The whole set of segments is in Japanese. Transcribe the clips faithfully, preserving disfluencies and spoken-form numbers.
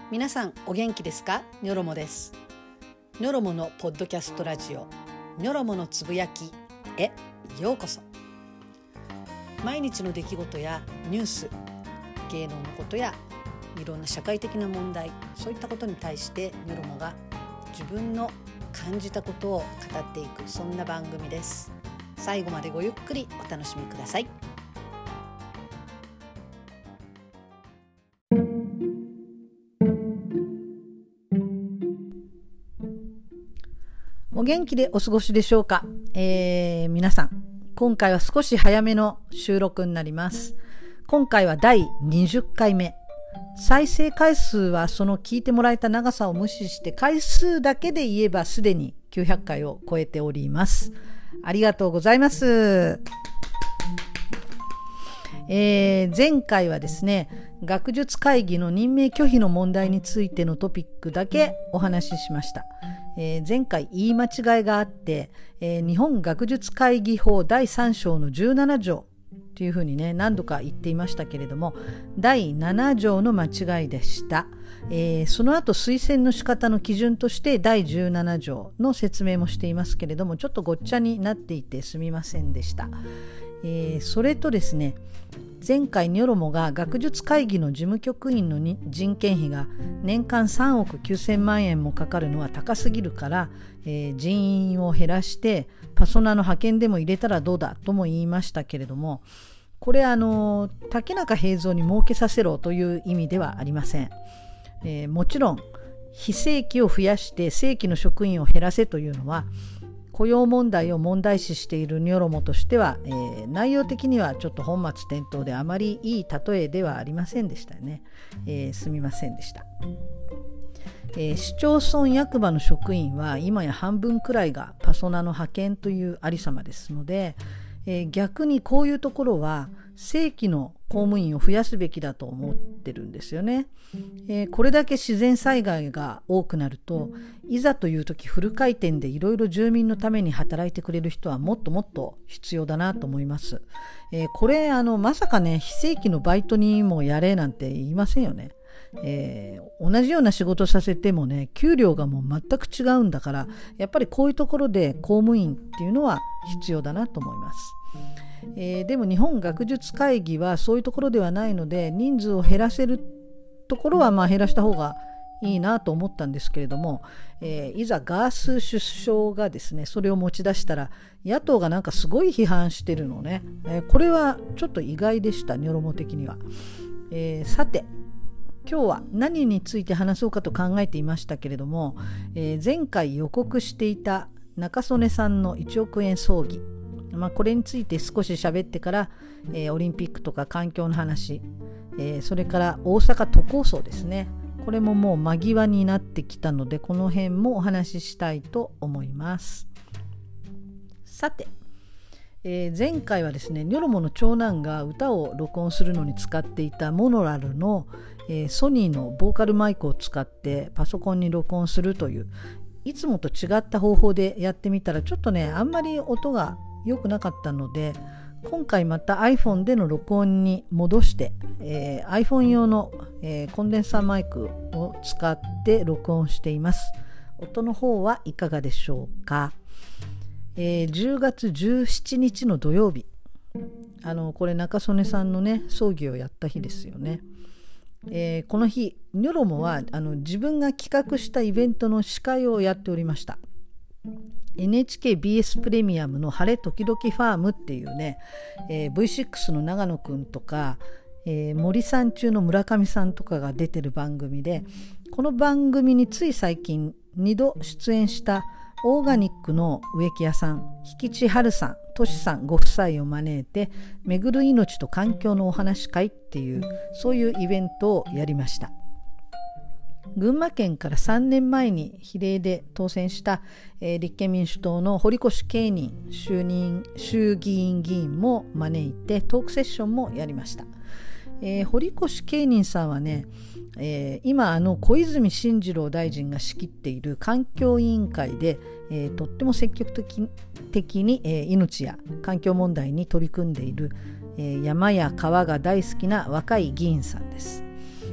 皆さんお元気ですか？ニョロモです。ニョロモのポッドキャストラジオニョロモのつぶやきへようこそ。毎日の出来事やニュース、芸能のことやいろんな社会的な問題、そういったことに対してニョロモが自分の感じたことを語っていく、そんな番組です。最後までごゆっくりお楽しみください。お元気でお過ごしでしょうか？えー、皆さん、今回は少し早めの収録になります。今回はだいにじゅっかいめ。再生回数はその聞いてもらえた長さを無視して回数だけで言えばすでにきゅうひゃっかいを超えております。ありがとうございます。えー、前回はですね、学術会議の任命拒否の問題についてのトピックだけお話ししました。えー、前回言い間違いがあって、えー、日本学術会議法だいさん章のじゅうなな条というふうにね何度か言っていましたけれども、だいなな条の間違いでした。えー、その後推薦の仕方の基準としてだいじゅうなな条の説明もしていますけれども、ちょっとごっちゃになっていてすみませんでした。えー、それとですね、前回ニョロモが学術会議の事務局員の人件費が年間さんおくきゅうせんまんえんもかかるのは高すぎるから、えー、人員を減らしてパソナの派遣でも入れたらどうだとも言いましたけれども、これあの竹中平蔵に儲けさせろという意味ではありません。えー、もちろん非正規を増やして正規の職員を減らせというのは雇用問題を問題視しているニョロモとしては、えー、内容的にはちょっと本末転倒であまりいい例えではありませんでしたね。えー、すみませんでした。えー、市町村役場の職員は今や半分くらいがパソナの派遣というありさまですので、えー、逆にこういうところは正規の公務員を増やすべきだと思ってるんですよね。えー、これだけ自然災害が多くなると、いざという時フル回転でいろいろ住民のために働いてくれる人はもっともっと必要だなと思います。えー、これあのまさかね非正規のバイトにもやれなんて言いませんよね。えー、同じような仕事させてもね給料がもう全く違うんだから、やっぱりこういうところで公務員っていうのは必要だなと思います。えー、でも日本学術会議はそういうところではないので、人数を減らせるところはまあ減らした方がいいなと思ったんですけれども、えー、いざガース首相がですねそれを持ち出したら野党がなんかすごい批判してるのね。えー、これはちょっと意外でした、ニョロモ的には。えー、さて今日は何について話そうかと考えていましたけれども、えー、前回予告していた中曽根さんのいちおくえん葬儀、まあ、これについて少し喋ってから、えー、オリンピックとか環境の話、えー、それから大阪都構想ですね、これももう間際になってきたのでこの辺もお話ししたいと思います。さて、えー、前回はですねニョロモの長男が歌を録音するのに使っていたモノラルの、えー、ソニーのボーカルマイクを使ってパソコンに録音するといういつもと違った方法でやってみたらちょっとねあんまり音が良くなかったので、今回また iPhone での録音に戻して、えー、iPhone 用の、えー、コンデンサーマイクを使って録音しています。音の方はいかがでしょうか？えー、じゅうがつじゅうしちにちの土曜日、あのこれ中曽根さんのね葬儀をやった日ですよね。えー、この日ニョロモはあの自分が企画したイベントの司会をやっておりました。エヌエイチケービーエス プレミアムの晴れ時々ファームっていうね、えー、ブイシックス の長野くんとか、えー、森さん中の村上さんとかが出てる番組で、この番組につい最近にど出演したオーガニックの植木屋さん、引地春さん、としさんご夫妻を招いて巡る命と環境のお話会っていうそういうイベントをやりました。群馬県からさんねんまえに比例で当選した、えー、立憲民主党の堀越慶任衆任衆議院議員も招いてトークセッションもやりました。えー、堀越慶任さんはね、えー、今あの小泉進次郎大臣が仕切っている環境委員会で、えー、とっても積極的、的に、えー、命や環境問題に取り組んでいる、えー、山や川が大好きな若い議員さんです。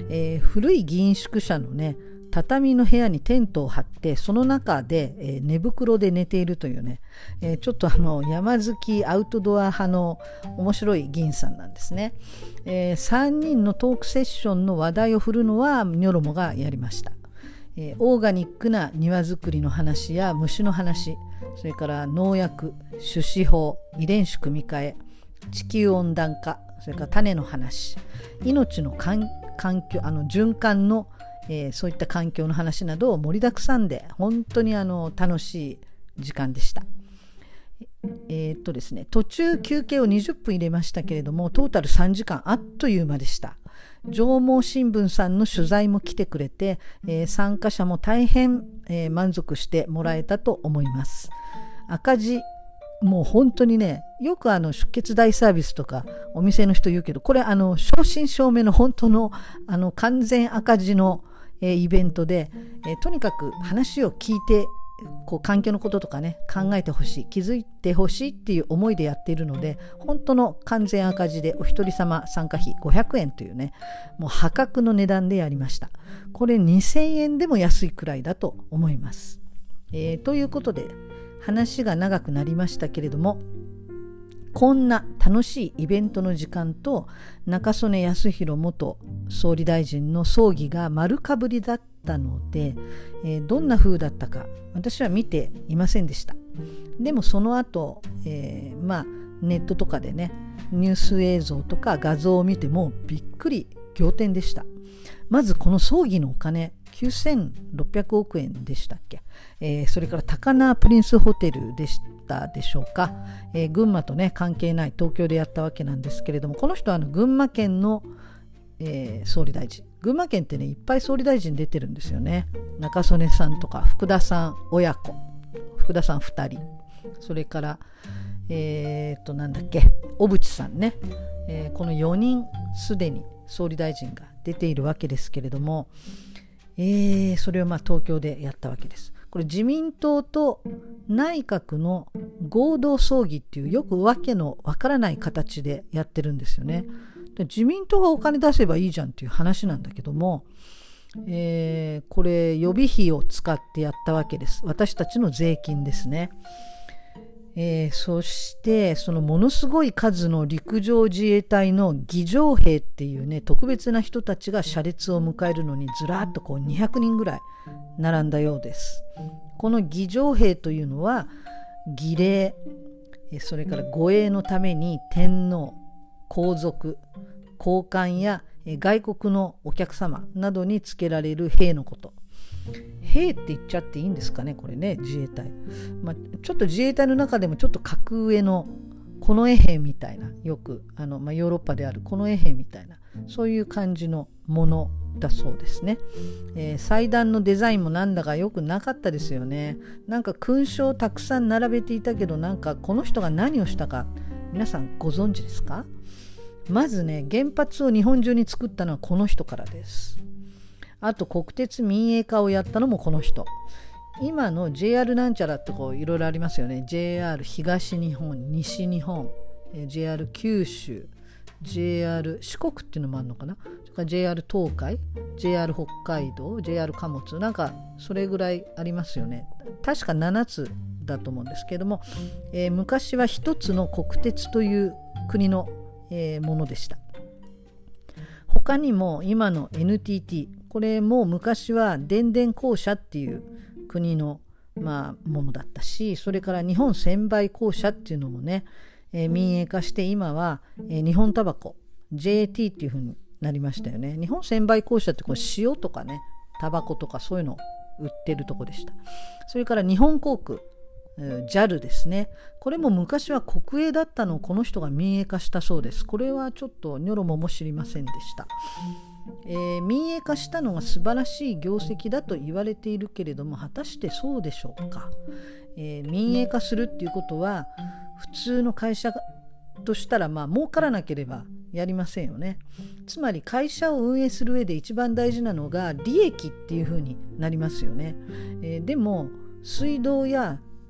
えー、古い議員宿舎のね畳の部屋にテントを張ってその中で、えー、寝袋で寝ているというね、えー、ちょっとあの山好きアウトドア派の面白い議員さんなんですね。えー、さんにんのトークセッションの話題を振るのはニョロモがやりました。えー、オーガニックな庭作りの話や虫の話、それから農薬、種子法、遺伝子組み換え、地球温暖化、それから種の話、命の環境、あの循環の、えー、そういった環境の話などを盛りだくさんで本当にあの楽しい時間でした。えーっとですね、途中休憩をにじゅっぷん入れましたけれども、トータルさんじかんあっという間でした。上毛新聞さんの取材も来てくれて、えー、参加者も大変、えー、満足してもらえたと思います。赤字、もう本当にね、よくあの出血大サービスとかお店の人言うけど、これあの正真正銘の本当のあの完全赤字の、えー、イベントで、えー、とにかく話を聞いてこう環境のこととかね考えてほしい、気づいてほしいっていう思いでやっているので、本当の完全赤字でお一人様参加費ごひゃくえんというね、もう破格の値段でやりました。これにせんえんでも安いくらいだと思います。えー、ということで話が長くなりましたけれども、こんな楽しいイベントの時間と中曽根康弘元総理大臣の葬儀が丸かぶりだったので、えー、どんな風だったか私は見ていませんでした。でもその後、えー、まあネットとかでねニュース映像とか画像を見てもびっくり仰天でした。まずこの葬儀のお金きゅうせんろっぴゃくおくえんでしたっけ、えー、それから高輪プリンスホテルでしたでしょうか、えー、群馬とね関係ない東京でやったわけなんですけれども、この人はあの群馬県の、えー、総理大臣、群馬県ってねいっぱい総理大臣出てるんですよね。中曽根さんとか福田さん親子、福田さんふたり、それからえー、っとなんだっけ小渕さんね、えー、このよにんすでに総理大臣が出ているわけですけれども、えー、それをまあ東京でやったわけです。これ自民党と内閣の合同葬儀っていうよくわけのわからない形でやってるんですよね。で自民党がお金出せばいいじゃんっていう話なんだけども、えー、これ予備費を使ってやったわけです。私たちの税金ですね。えー、そしてそのものすごい数の陸上自衛隊の儀仗兵っていうね特別な人たちが車列を迎えるのにずらっとこうにひゃくにんぐらい並んだようです。この儀仗兵というのは儀礼、それから護衛のために天皇、皇族、高官や外国のお客様などにつけられる兵のこと。兵って言っちゃっていいんですかねこれね、自衛隊、まあ、ちょっと自衛隊の中でもちょっと格上の近衛兵みたいな、よくあの、まあ、ヨーロッパである近衛兵みたいなそういう感じのものだそうですね。えー、祭壇のデザインもなんだかよくなかったですよね。なんか勲章をたくさん並べていたけど、なんかこの人が何をしたか皆さんご存知ですか？まずね、原発を日本中に作ったのはこの人からです。あと国鉄民営化をやったのもこの人。今の ジェイアール なんちゃらってこういろいろありますよね。 ジェイアール 東日本、西日本、 ジェイアール 九州、 ジェイアール 四国っていうのもあるのかな、それから ジェイアール 東海、 ジェイアール 北海道、 ジェイアール 貨物、なんかそれぐらいありますよね。確かななつだと思うんですけれども、えー、昔は一つの国鉄という国の、えー、ものでした。他にも今の エヌティーティー、 これも昔は電電公社っていう国の、まあ、ものだったし、それから日本専売公社っていうのもね、えー、民営化して今は、えー、日本タバコ ジェーティー っていう風になりましたよね。日本専売公社ってこう塩とかねタバコとかそういうのを売ってるとこでした。それから日本航空、ジャル ですね。これも昔は国営だったのをこの人が民営化したそうです。これはちょっとニョロモも知りませんでした。えー、民営化したのが素晴らしい業績だと言われているけれども、果たしてそうでしょうか。えー、民営化するっていうことは普通の会社としたらまあ儲からなければやりませんよね。つまり会社を運営する上で一番大事なのが利益っていう風になりますよね。えー、でも水道や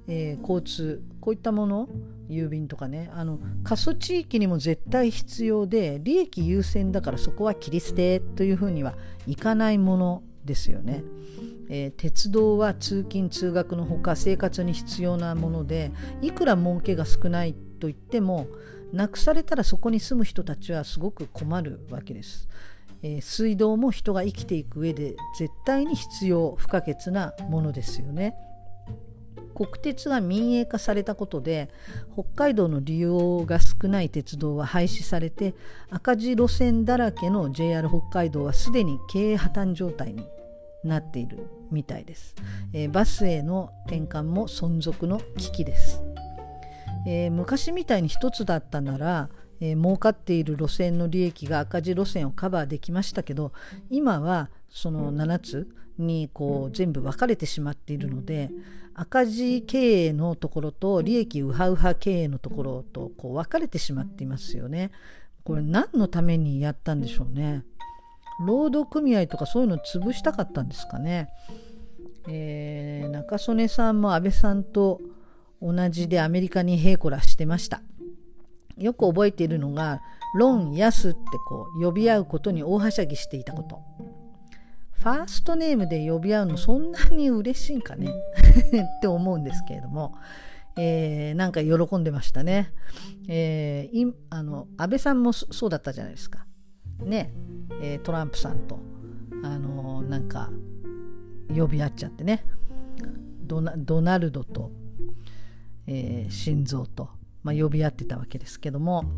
えー、交通、こういったもの、郵便とかね、あの過疎地域にも絶対必要で、利益優先だからそこは切り捨てというふうにはいかないものですよね。えー、鉄道は通勤通学のほか生活に必要なもので、いくら儲けが少ないといってもなくされたらそこに住む人たちはすごく困るわけです。えー、水道も人が生きていく上で絶対に必要不可欠なものですよね。国鉄が民営化されたことで北海道の利用が少ない鉄道は廃止されて、赤字路線だらけの ジェイアール 北海道はすでに経営破綻状態になっているみたいです。えー、バスへの転換も存続の危機です。えー、昔みたいに一つだったなら、えー、儲かっている路線の利益が赤字路線をカバーできましたけど、今はそのななつにこう全部分かれてしまっているので、赤字経営のところと利益ウハウハ経営のところとこう分かれてしまっていますよね。これ何のためにやったんでしょうね。労働組合とかそういうの潰したかったんですかね。えー、中曽根さんも安倍さんと同じでアメリカにへいこらしてました。よく覚えているのが、ロン・ヤスってこう呼び合うことに大はしゃぎしていたこと。ファーストネームで呼び合うのそんなに嬉しいんかねって思うんですけれども、えー、なんか喜んでましたね。えー、いあの安倍さんもそうだったじゃないですかね。えー、トランプさんとあのー、なんか呼び合っちゃってね、ドナ、ドナルドと、えー、心臓と、まあ、呼び合ってたわけですけども、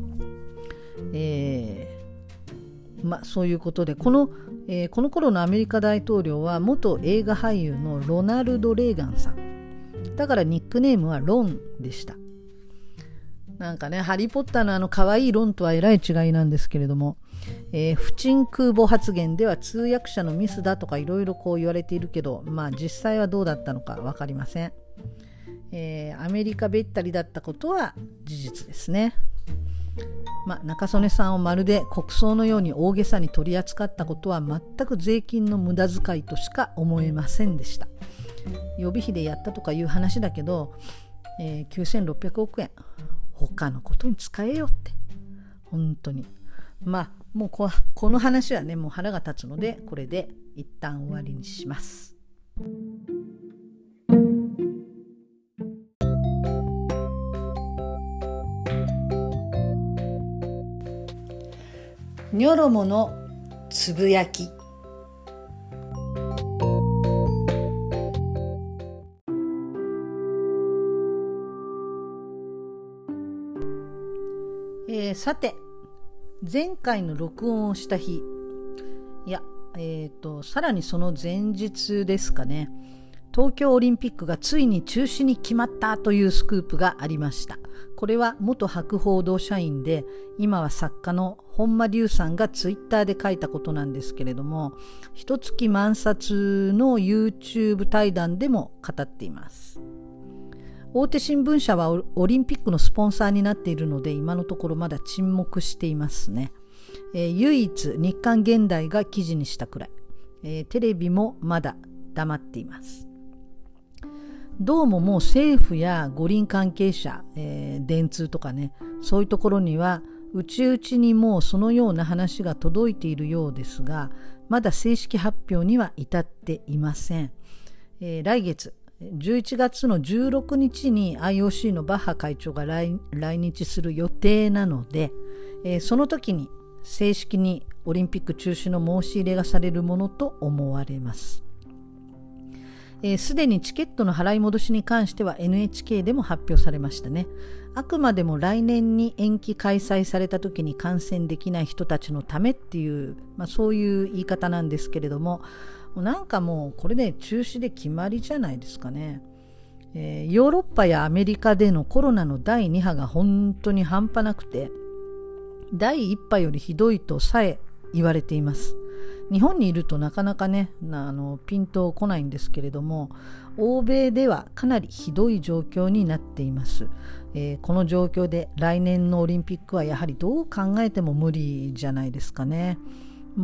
えーまあ、そういうことでこの、えー、この頃のアメリカ大統領は元映画俳優のロナルド・レーガンさんだからニックネームはロンでした。なんかね、ハリーポッターのあの可愛いロンとはえらい違いなんですけれども、えー、不沈空母発言では通訳者のミスだとかいろいろこう言われているけど、まあ実際はどうだったのか分かりません。えー、アメリカべったりだったことは事実ですね。まあ、中曽根さんをまるで国葬のように大げさに取り扱ったことは全く税金の無駄遣いとしか思えませんでした。予備費でやったとかいう話だけど、えー、きゅうせんろっぴゃくおくえん他のことに使えよって本当に。まあもう こ, この話はねもう腹が立つのでこれで一旦終わりにします。ニョロモのつぶやき。えー、さて前回の録音をした日、いや、えーと、さらにその前日ですかね、東京オリンピックがついに中止に決まったというスクープがありました。これは元博報堂社員で今は作家の本間龍さんがツイッターで書いたことなんですけれども、一月万冊の YouTube 対談でも語っています。大手新聞社はオリンピックのスポンサーになっているので今のところまだ沈黙していますね。えー、唯一日刊現代が記事にしたくらい、えー、テレビもまだ黙っています。どうももう政府や五輪関係者、えー、電通とかね、そういうところには内々にもうそのような話が届いているようですが、まだ正式発表には至っていません。えー、来月じゅういちがつのじゅうろくにちに アイオーシー のバッハ会長が 来, 来日する予定なので、えー、その時に正式にオリンピック中止の申し入れがされるものと思われます。すで、えー、にチケットの払い戻しに関しては エヌエイチケー でも発表されましたね。あくまでも来年に延期開催された時に観戦できない人たちのためっていう、まあ、そういう言い方なんですけれども、なんかもうこれで中止で決まりじゃないですかね。えー、ヨーロッパやアメリカでのコロナのだいに波が本当に半端なくて、だいいっ波よりひどいとさえ言われています。日本にいるとなかなかね、あのピンとこないんですけれども、欧米ではかなりひどい状況になっています。えー、この状況で来年のオリンピックはやはりどう考えても無理じゃないですかね。もう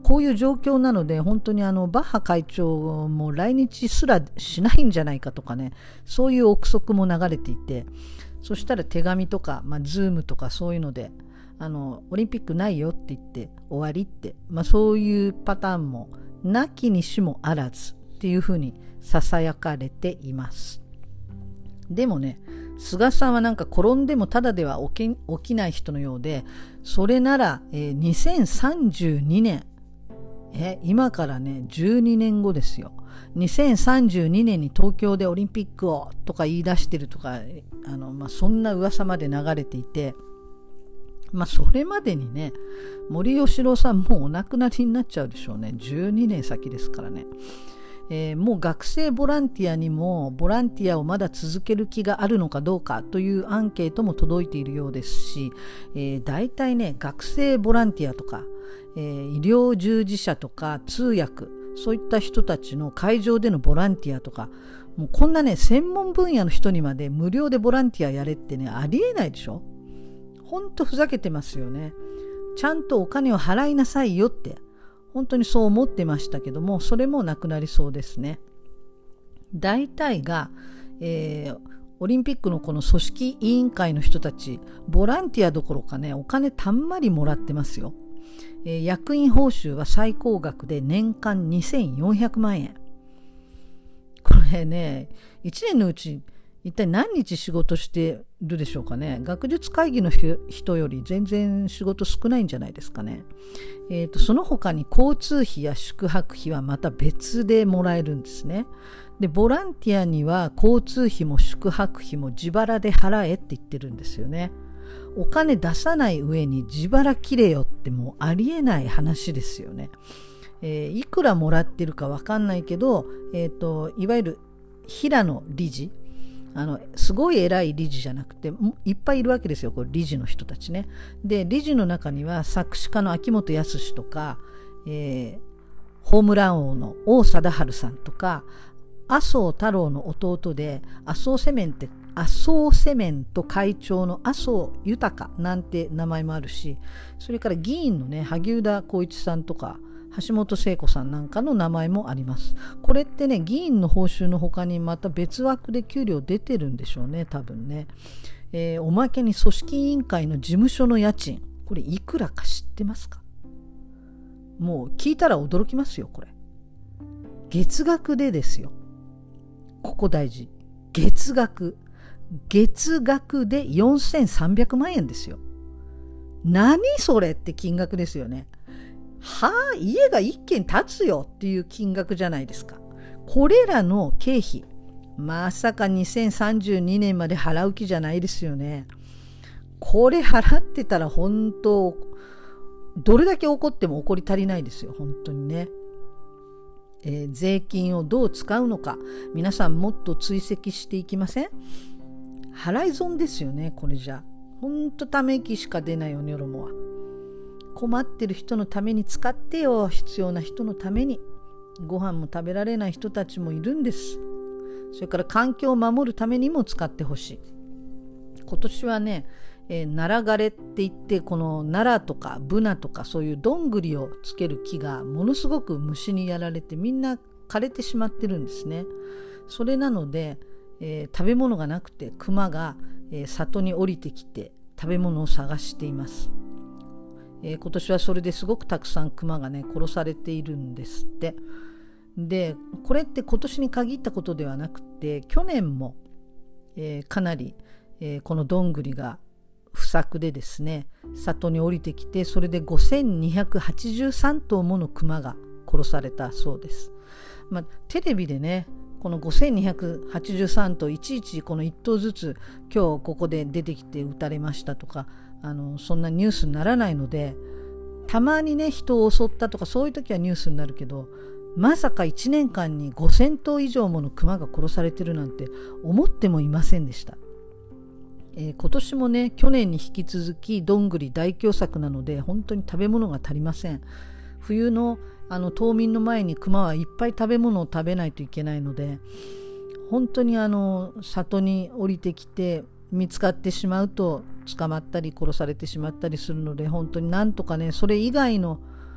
こういう状況なので本当にあのバッハ会長も来日すらしないんじゃないかとかね、そういう憶測も流れていて、そしたら手紙とか、まあ、ズームとかそういうのであのオリンピックないよって言って終わりって、まあ、そういうパターンもなきにしもあらずっていうふうにささやかれています。でもね、菅さんはなんか転んでもただでは起き、起きない人のようで、それなら、えー、にせんさんじゅうにねん、え今からねじゅうにねんごですよ。にせんさんじゅうにねんに東京でオリンピックをとか言い出してるとか、あの、まあ、そんな噂まで流れていて、まあそれまでにね森喜朗さんもうお亡くなりになっちゃうでしょうね。じゅうにねん先ですからね。えー、もう学生ボランティアにもボランティアをまだ続ける気があるのかどうかというアンケートも届いているようですし、えー、大体ね学生ボランティアとか、えー、医療従事者とか通訳、そういった人たちの会場でのボランティアとか、もうこんなね専門分野の人にまで無料でボランティアやれってねありえないでしょ。ほんとふざけてますよね。ちゃんとお金を払いなさいよって本当にそう思ってましたけども、それもなくなりそうですね。大体が、えー、オリンピックのこの組織委員会の人たち、ボランティアどころかねお金たんまりもらってますよ。えー、役員報酬は最高額で年間にせんよんひゃくまんえん。これねいちねんのうち一体何日仕事してるでしょうかね。学術会議の人より全然仕事少ないんじゃないですかね。えーと、その他に交通費や宿泊費はまた別でもらえるんですね。で、ボランティアには交通費も宿泊費も自腹で払えって言ってるんですよね。お金出さない上に自腹切れよってもうありえない話ですよね。えー、いくらもらってるか分かんないけど、えーと、いわゆる平野理事、あのすごい偉い理事じゃなくていっぱいいるわけですよ、これ理事の人たちね。で理事の中には作詞家の秋元康とか、えー、ホームラン王の王貞治さんとか、麻生太郎の弟で麻生セメンテ麻生セメント会長の麻生豊なんて名前もあるし、それから議員のね萩生田光一さんとか橋本聖子さんなんかの名前もあります。これってね議員の報酬の他にまた別枠で給料出てるんでしょうね、多分ね。えー、おまけに組織委員会の事務所の家賃、これいくらか知ってますか？もう聞いたら驚きますよ。これ月額でですよ。ここ大事。月額月額でよんせんさんびゃくまんえんですよ。何それって金額ですよね。はあ、家が一軒建つよっていう金額じゃないですか。これらの経費、まさかにせんさんじゅうにねんまで払う気じゃないですよね。これ払ってたら本当どれだけ怒っても怒り足りないですよ、本当にね。えー、税金をどう使うのか、皆さんもっと追跡していきません？払い損ですよね、これじゃ。本当ため息しか出ないよ、ニョロモは。困ってる人のために使ってよ。必要な人のために。ご飯も食べられない人たちもいるんです。それから環境を守るためにも使ってほしい。今年はね、えー、ナラ枯れって言って、このナラとかブナとかそういうどんぐりをつける木がものすごく虫にやられてみんな枯れてしまってるんですね。それなので、えー、食べ物がなくてクマが、えー、里に降りてきて食べ物を探しています。えー、今年はそれですごくたくさんクマがね殺されているんですって。でこれって今年に限ったことではなくて、去年も、えー、かなり、えー、このどんぐりが不作でですね里に降りてきて、それでごせんにひゃくはちじゅうさんとうものクマが殺されたそうです。まあ、テレビでねこのごせんにひゃくはちじゅうさんとういちいちこのいっとうずつ今日ここで出てきて撃たれましたとか、あのそんなニュースにならないので、たまにね人を襲ったとかそういう時はニュースになるけど、まさかいちねんかんにごせんとう以上ものクマが殺されてるなんて思ってもいませんでした。えー、今年もね去年に引き続きどんぐり大凶作なので本当に食べ物が足りません。冬のあの冬眠の前にクマはいっぱい食べ物を食べないといけないので、本当にあの里に降りてきて見つかってしまうと捕まったり殺されてしまったりするので、本当になんとかねそれ以外の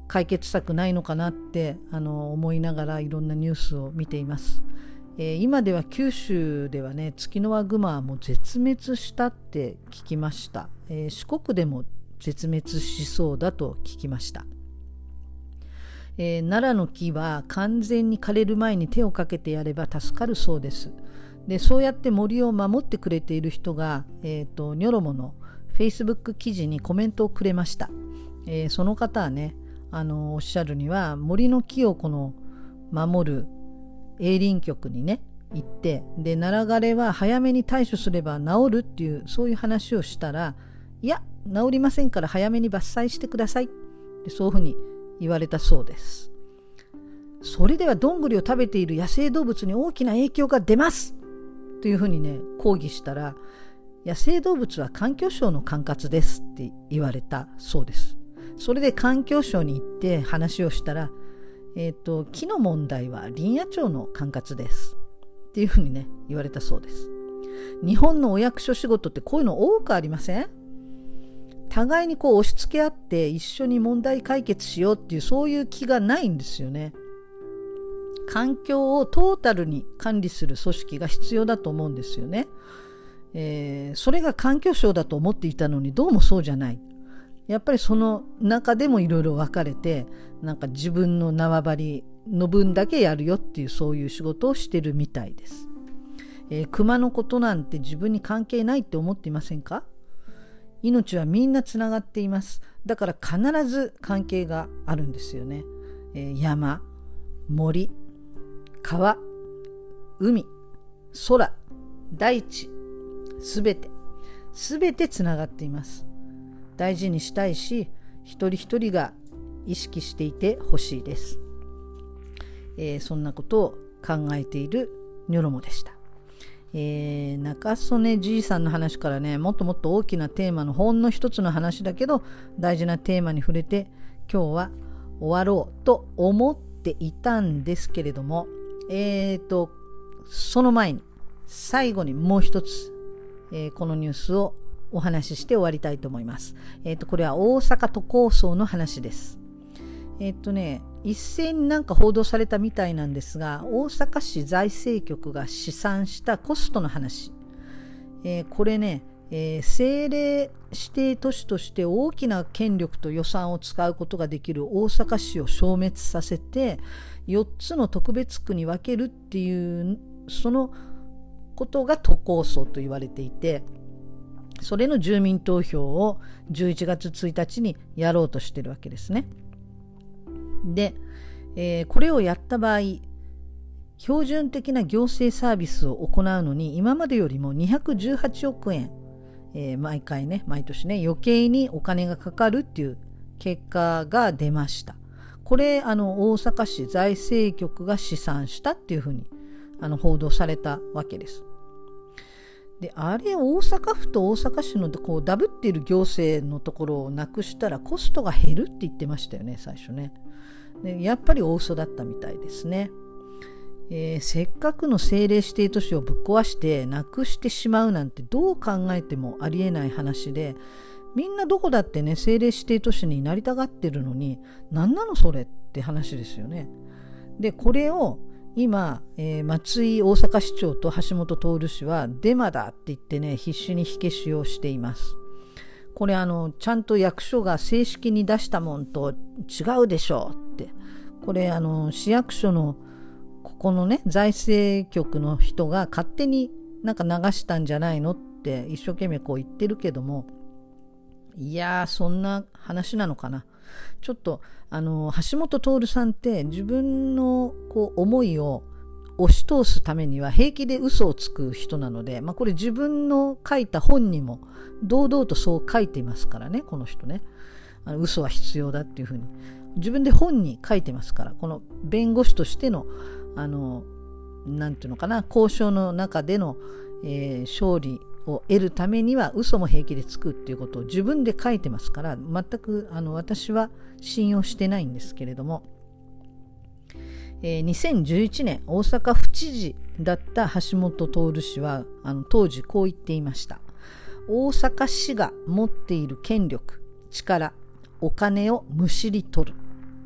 解決策ないのかなってあの思いながらいろんなニュースを見ています。えー、今では九州ではね、ツキノワグマはもう絶滅したって聞きました。えー、四国でも絶滅しそうだと聞きました。えー、奈良の木は完全に枯れる前に手をかけてやれば助かるそうです。で、そうやって森を守ってくれている人が、えーと、ニョロモの Facebook 記事にコメントをくれました。えー、その方はね、あのおっしゃるには、森の木をこの守る営林局にね行って、でナラ枯れは早めに対処すれば治るっていう、そういう話をしたら、いや治りませんから早めに伐採してくださいってそういうふうに言われたそうです。それではどんぐりを食べている野生動物に大きな影響が出ますというふうにね抗議したら、野生動物は環境省の管轄ですって言われたそうです。それで環境省に行って話をしたら、えーと、木の問題は林野庁の管轄ですっていうふうにね言われたそうです。日本のお役所仕事ってこういうの多くありません？互いにこう押し付け合って一緒に問題解決しようっていう、そういう気がないんですよね。環境をトータルに管理する組織が必要だと思うんですよね。えー、それが環境省だと思っていたのに、どうもそうじゃない。やっぱりその中でもいろいろ分かれて、なんか自分の縄張りの分だけやるよっていう、そういう仕事をしてるみたいです。えー、熊のことなんて自分に関係ないって思っていませんか？命はみんなつながっています。だから必ず関係があるんですよね。えー、山、森、川、海、空、大地、すべてすべてつながっています。大事にしたいし、一人一人が意識していてほしいです。えー、そんなことを考えているニョロモでした。えー、中曽根じいさんの話からね、もっともっと大きなテーマのほんの一つの話だけど大事なテーマに触れて、今日は終わろうと思っていたんですけれども、えーとその前に最後にもう一つ、えー、このニュースをお話しして終わりたいと思います。えーとこれは大阪都構想の話です。えっとね一斉になんか報道されたみたいなんですが、大阪市財政局が試算したコストの話、えー、これね、えー、政令指定都市として大きな権力と予算を使うことができる大阪市を消滅させてよっつの特別区に分けるっていう、そのことが都構想と言われていて、それの住民投票をじゅういちがつついたちにやろうとしてるわけですね。で、えー、これをやった場合、標準的な行政サービスを行うのに今までよりもにひゃくじゅうはちおくえん、えー、毎回ね毎年ね余計にお金がかかるっていう結果が出ました。これあの大阪市財政局が試算したっていうふうにあの報道されたわけです。で、あれ大阪府と大阪市のこうダブっている行政のところをなくしたらコストが減るって言ってましたよね、最初ね。でやっぱり大嘘だったみたいですね。えー、せっかくの政令指定都市をぶっ壊してなくしてしまうなんてどう考えてもありえない話で、みんなどこだってね政令指定都市になりたがってるのに、何なのそれって話ですよね。でこれを今、えー、松井大阪市長と橋本徹氏はデマだって言ってね必死に火消しをしています。これあのちゃんと役所が正式に出したもんと違うでしょうって、これあの市役所のここのね財政局の人が勝手になんか流したんじゃないのって一生懸命こう言ってるけども、いやーそんな話なのかな。ちょっとあの橋本徹さんって自分のこう思いを押し通すためには平気で嘘をつく人なので、まあ、これ自分の書いた本にも堂々とそう書いていますからね、この人ね。あの嘘は必要だっていうふうに自分で本に書いてますから、この弁護士としてのあのなんていうのかな、交渉の中での、えー、勝利を得るためには嘘も平気でつくっていうことを自分で書いてますから、全くあの私は信用してないんですけれども、えー、にせんじゅういちねん大阪府知事だった橋本徹氏はあの当時こう言っていました。大阪市が持っている権力、力、お金をむしり取る。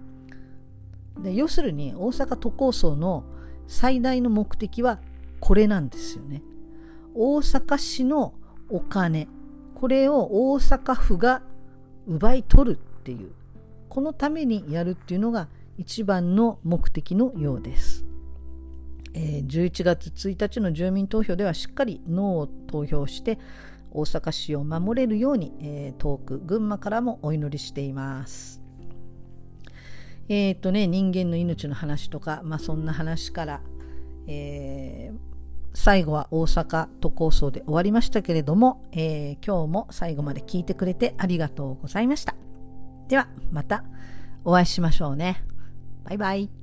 で要するに大阪都構想の最大の目的はこれなんですよね。大阪市のお金、これを大阪府が奪い取るっていう、このためにやるっていうのが一番の目的のようです。えー、じゅういちがつついたちの住民投票ではしっかりノーを投票して大阪市を守れるように、えー、遠く群馬からもお祈りしています。えーとね、人間の命の話とか、まあ、そんな話から、えー、最後は大阪都構想で終わりましたけれども、えー、今日も最後まで聞いてくれてありがとうございました。ではまたお会いしましょうね。バイバイ。